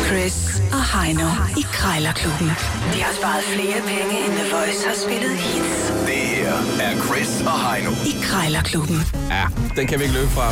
Chris og Heino i Krejlerklubben. De har sparet flere penge, end The Voice har spillet hits. Det her er Chris og Heino i Krejlerklubben. Ja, den kan vi ikke løbe fra.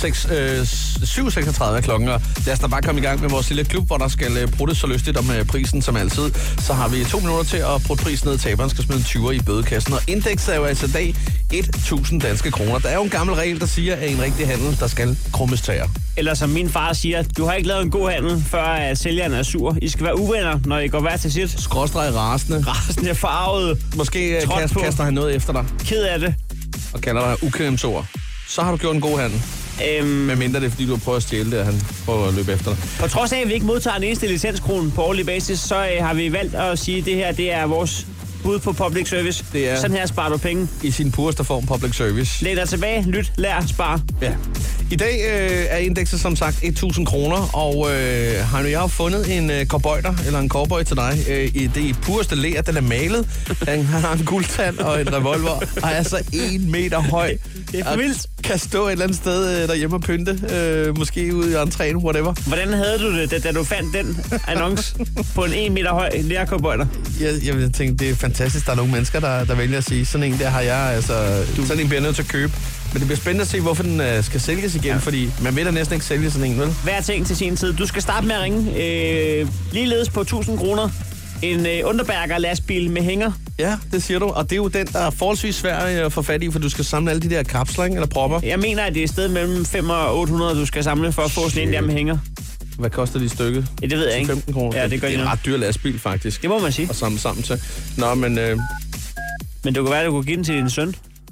7.36 er klokken, og lad os da bare komme i gang med vores lille klub, hvor der skal pruttes så lystigt om prisen som altid. Så har vi 2 minutter til at prutte prisen ned. Taberen skal smide en 20'er i bødekassen, og indekset er jo altså i dag 1.000 danske kroner. Der er jo en gammel regel, der siger, at en rigtig handel, der skal krummes tæer. Eller som min far siger, du har ikke lavet en god handel, før at sælgeren er sur. I skal være uvenner, når I går hver til sit. Skråstreg rasende. Rasende, farvet. Måske kaster han noget efter dig. Ked af det. Og kalder dig ukvemsord. Så har du gjort en god handel. Med mindre det er, fordi du har prøvet at stjæle det, og han prøver at løbe efter dig. På trods af, at vi ikke modtager en eneste licenskrone på årlig basis, så har vi valgt at sige, at det her det er vores bud på public service. Det er sådan her sparer du penge. I sin pureste form public service. Læg dig tilbage, lyt, lær, spar. Ja. I dag er indekset som sagt 1.000 kroner, og jeg har fundet en cowboyter, eller en cowboy til dig, i det pureste ler. Den er malet. Han har en guldtand og en revolver, og er så 1 meter høj. Det er for vildt. Kan stå et eller andet sted derhjemme og pynte, måske ude i entréen, whatever. Hvordan havde du det, da du fandt den annonce på en 1 meter høj ler-cowboyter? Jeg tænkte, det er fantastisk. Der er nogle mennesker, der vælger at sige, sådan en der har jeg, altså, sådan en bliver nødt til at købe. Men det bliver spændende at se, hvorfor den skal sælges igen, fordi man vil da næsten ikke sælge sådan en, vel? Hver ting til sin tid. Du skal starte med at ringe. Ligeledes på 1.000 kroner. En Underberger lastbil med hænger. Ja, det siger du. Og det er jo den, der er forholdsvis svær at få fat i, for du skal samle alle de der kapsler, eller propper. Jeg mener, at det er et sted mellem 5 og 800, du skal samle for at få sådan en der med hænger. Hvad koster de stykket? Ja, det ved jeg ikke. 15 kroner. Ja, det gør det er en ret dyr lastbil, faktisk. Det må man sige. Og samle sammen til. Nå, men... Men det kunne være, at du kunne give den til din søn.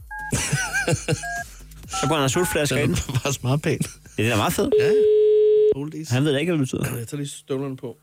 Så kunne han have sultflasker ind. Det var faktisk meget pænt. Ja, det er meget fedt. Ja. Han ved da ikke, hvad det betyder. Jeg tager lige støvlerne på.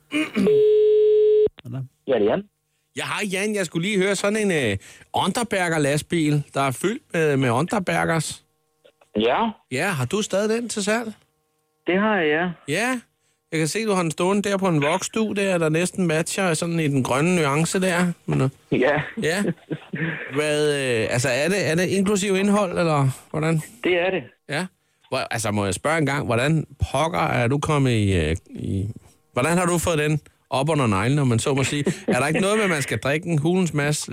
Ja, det er Jan. Ja, hej Jan. Jeg skulle lige høre sådan en Underberger lastbil, der er fyldt med Underbergers. Ja, Ja, har du stadig den til salg? det har jeg, ja. Ja. Jeg kan se, du har den stående der på en voksstue der næsten matcher sådan i den grønne nuance der. Men, Ja, ja. Hvad, altså er det inklusiv indhold, eller hvordan? det er det. Ja. Altså må jeg spørge en gang, hvordan pokker er du kommet i hvordan har du fået den op under neglen, om man så må sige? Er der ikke noget med, at man skal drikke en hulens masse?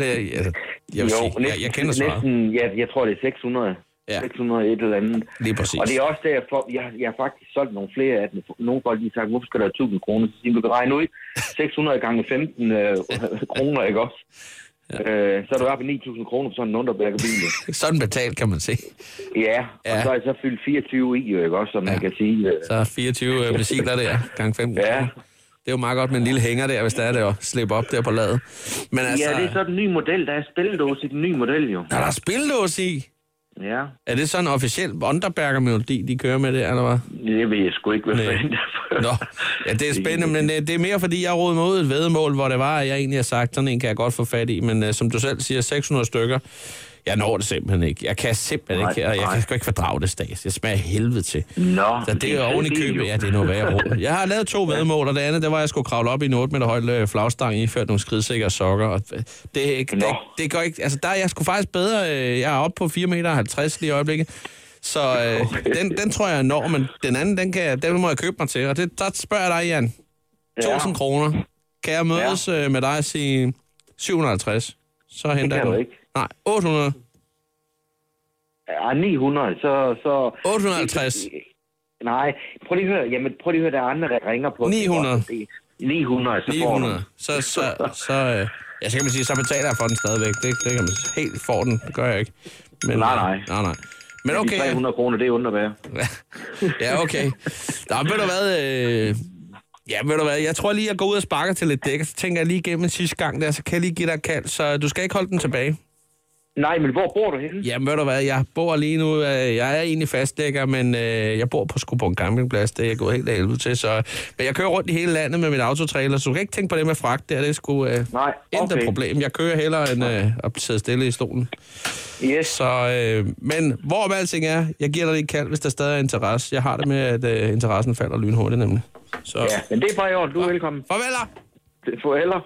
Jeg kender svaret. Næsten, jeg tror, det er 600. Ja. 600 et eller andet. Lige præcis. Og det er også derfor, jeg har faktisk solgt nogle flere af dem. Nogle folk har sagt, hvorfor skal der 1.000 kroner? Så siger du kan regne ud 600 gange 15 kroner, ikke også? Ja. Så er du oppe i 9.000 kroner på sådan en Underberger-bil. Sådan betalt, kan man se. Ja, og så er jeg så fyldt 24 i, ikke også, som man kan sige. Så er 24 missiler der, gange 15 Ja. kroner. Det er jo meget godt med en lille hænger der, hvis der er det, og slippe op der på ladet. Men altså, Ja, det er så den nye model. Der er spildåse i den nye model, jo. er der spildåse i? Ja. Er det sådan en officiel Underberger-melodi, de kører med det, eller hvad? Det ved jeg sgu ikke, hvad fanden Nå, ja, det er spændende, men det er mere, fordi jeg rodede mig ud et væddemål, hvor det var, at jeg egentlig har sagt, sådan en kan jeg godt få fat i, men som du selv siger, 600 stykker, jeg når det simpelthen ikke. Jeg kan simpelthen ikke, og jeg kan sgu ikke fordrage det stads. Jeg smager helvede til. Nå, så det er oven i købet. Ja, det er noget værre råd. Jeg har lavet 2 væddemål, og det andet, det var, at jeg skulle kravle op i en 8 meter høj flagstang, iført nogle skridsikre sokker. Og det går ikke, altså der er jeg sgu faktisk bedre. Jeg er oppe på 4,50 meter lige i øjeblikket. Så den tror jeg når, men den anden, den må jeg købe mig til. Og der spørger jeg dig, Jan. 1.000 kroner. Kan jeg mødes med dig og sige 750? Så henter jeg du den. ikke. Nej, 800. Ja, 900, så... 850. Nej, prøv lige at høre. Jamen, prøv lige at høre, der er andre, der ringer på. 900. 900, så 900. Så kan man sige, så betaler jeg for den stadigvæk. Det kan man helt for den. Det gør jeg ikke. Men, Nej. Men okay. De 300 kroner, det er underværd. Ja, okay. Nå, ved du hvad? Jeg tror lige, jeg går ud og sparker til lidt dæk, og så tænker jeg lige igennem en sidste gang der, så kan jeg lige give dig et kald, så du skal ikke holde den tilbage. Nej, men hvor bor du henne? Jamen, ved du hvad, jeg bor lige nu, jeg er egentlig fastlægger, men jeg bor på en campingplads, det er jeg gået helt af helvede til, så... Men jeg kører rundt i hele landet med mit autotrailer, så du kan ikke tænke på det med fragt der, det er sgu intet problem. Jeg kører hellere end at sidde stille i stolen. Yes. Så, men hvorom alting er, jeg giver dig lige et kald, hvis der stadig er interesse. Jeg har det med, at interessen falder lynhurtigt nemlig. Så. Ja, men det er bare i orden. Du er velkommen. Farveler! Farveler.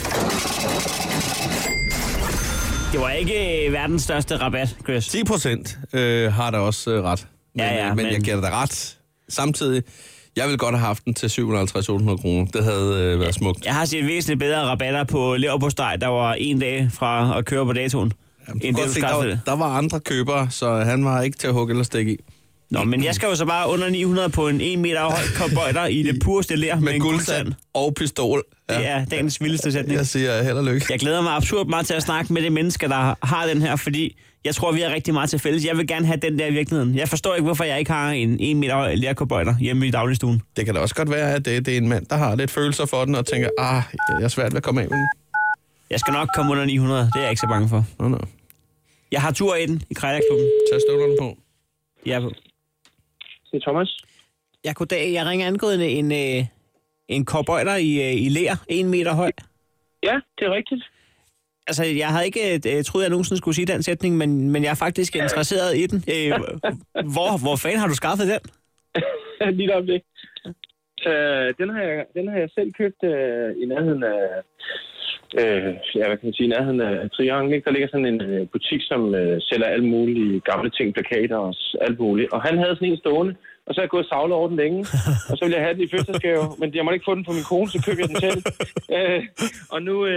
Det var ikke verdens største rabat, Chris. 10% har der også ret. Men jeg giver dig ret. Samtidig, Jeg ville godt have haft den til 750-800 kroner. Det havde været smukt. Jeg har set væsentligt bedre rabatter på leverpostej, der var 1 dag fra at køre på datoen. Jamen, der var andre købere, så han var ikke til at hugge eller stikke i. Nå, men jeg skal jo så bare under 900 på en 1 meter høj cowboyder i det pureste ler med en guldsand. Og pistol. Ja. Det er dagens vildeste sætning. Jeg siger held og lykke. Jeg glæder mig absurd meget til at snakke med de mennesker, der har den her, fordi jeg tror, vi har rigtig meget til fælles. Jeg vil gerne have den der i virkeligheden. Jeg forstår ikke, hvorfor jeg ikke har en 1 meter høj lercowboyder hjemme i dagligstuen. Det kan da også godt være, at det er en mand, der har lidt følelser for den og tænker, jeg er svært ved at komme af med den. Jeg skal nok komme under 900. Det er jeg ikke så bange for. Nå. Jeg har tur i den i Krejlerklubben. Tag støvlerne på. Ja. Det er Thomas. Ja, goddag. Jeg ringer angående en cowboyder i ler, 1 meter høj. Ja, det er rigtigt. Altså, jeg havde ikke troet, at jeg nogensinde skulle sige den sætning, men jeg er faktisk interesseret i den. Hvor fanden har du skaffet den? Lige om det. Den har jeg selv købt i nærheden af... hvad kan man sige, i nærheden af Triangle. Der ligger sådan en butik, som sælger alle mulige gamle ting, plakater og alt muligt. Og han havde sådan en stående, og så er jeg gået og savlet over den længe. Og så ville jeg have den i fødselsdagsgave, men jeg måtte ikke få den for min kone, så købte jeg den selv. Og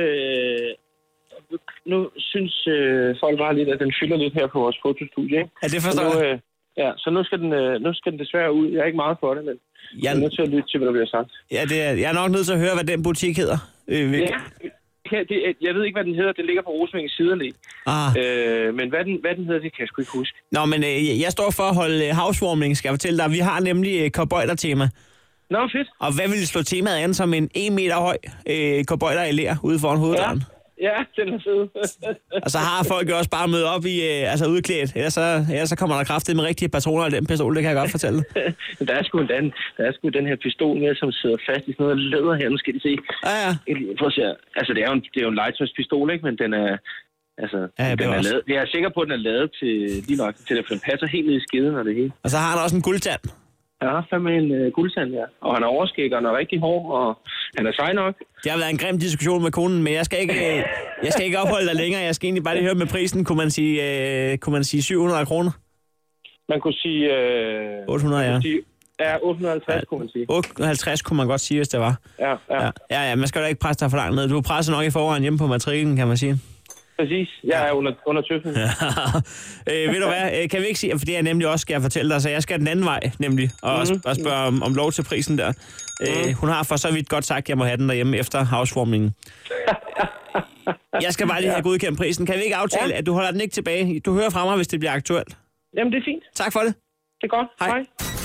nu synes folk bare lidt, at den fylder lidt her på vores fotostudie. Ikke? Ja, det forstår jeg. Så nu skal den desværre ud. Jeg er ikke meget for det, men jeg er nødt til at lytte til, hvad der bliver sagt. Ja, jeg er nok nødt til at høre, hvad den butik hedder. Jeg ved ikke, hvad den hedder. Den ligger på Rosvingens Siderlæg. Men hvad den hedder, det kan jeg sgu ikke huske. Nå, men jeg står for at holde housewarming, skal jeg fortælle dig. Vi har nemlig cowboyder-tema. Nå, fedt. Og hvad vil slå temaet an som en 1 meter høj cowboyder i ler ude foran hoveddøren? Ja, den er fed. Og så har folk jo også bare mødt op i, udklædt. Ellers så kommer der kraftigt med rigtige patroner i den pistol, det kan jeg godt fortælle. Der er sgu den her pistol med, som sidder fast i sådan noget læder her. Nu skal de se. Ja. Prøv at se. Altså, det er jo en legetøjspistol, ikke? Men den er... Altså, den er lavet. Jeg er sikker på, at den er lavet til lige nok til det, for den passer helt ned i skeden og det hele. Og så har han også en guldtand. Jeg har fandme en guldsand, ja. Og han er overskæg, og han er rigtig hård, og han er sej nok. Det har været en grim diskussion med konen, men jeg skal ikke opholde dig længere. Jeg skal egentlig bare lige høre med prisen. Kunne man sige 700 kroner? Man kunne sige... 800, ja. Ja, 850 kunne man sige. 850 kunne man godt sige, hvis det var. Ja, man skal da ikke presse dig for langt ned. Du er presset nok i forvejen hjemme på matriklen, kan man sige. Præcis. Jeg er under tøffen. Ved du hvad, kan vi ikke sige, for det er nemlig også, skal jeg fortælle dig, så jeg skal den anden vej, nemlig, og spørge om lov til prisen der. Hun har for så vidt godt sagt, at jeg må have den derhjemme efter housewarmingen. Jeg skal bare lige have godkendt prisen. Kan vi ikke aftale, at du holder den ikke tilbage? Du hører fra mig, hvis det bliver aktuelt. Jamen, det er fint. Tak for det. Det er godt. Hej.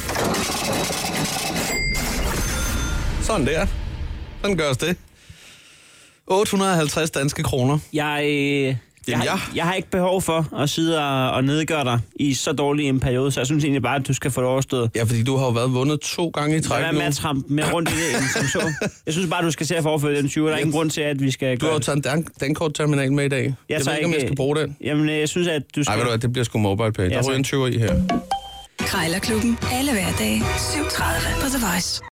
Sådan der. Sådan gørs det. 850 danske kroner. Jeg har ikke behov for at sidde og nedgøre dig i så dårlig en periode, så jeg synes egentlig bare, at du skal få det overstået. Ja, fordi du har jo vundet 2 gange i træk nu. Jeg med at trampe mere rundt i det, som så. Jeg synes bare, du skal se at forføre den 20. Der er ingen grund til, at vi skal gøre. Du har jo taget en dankortterminal med i dag. Jeg ved ikke, om jeg skal bruge den. Jamen, jeg synes, at du skal... Nej, ved du hvad, det bliver sgu MobilePay. Der ryger en 20 i her. Krejlerklubben. Alle hverdage. 7:30 på The Voice.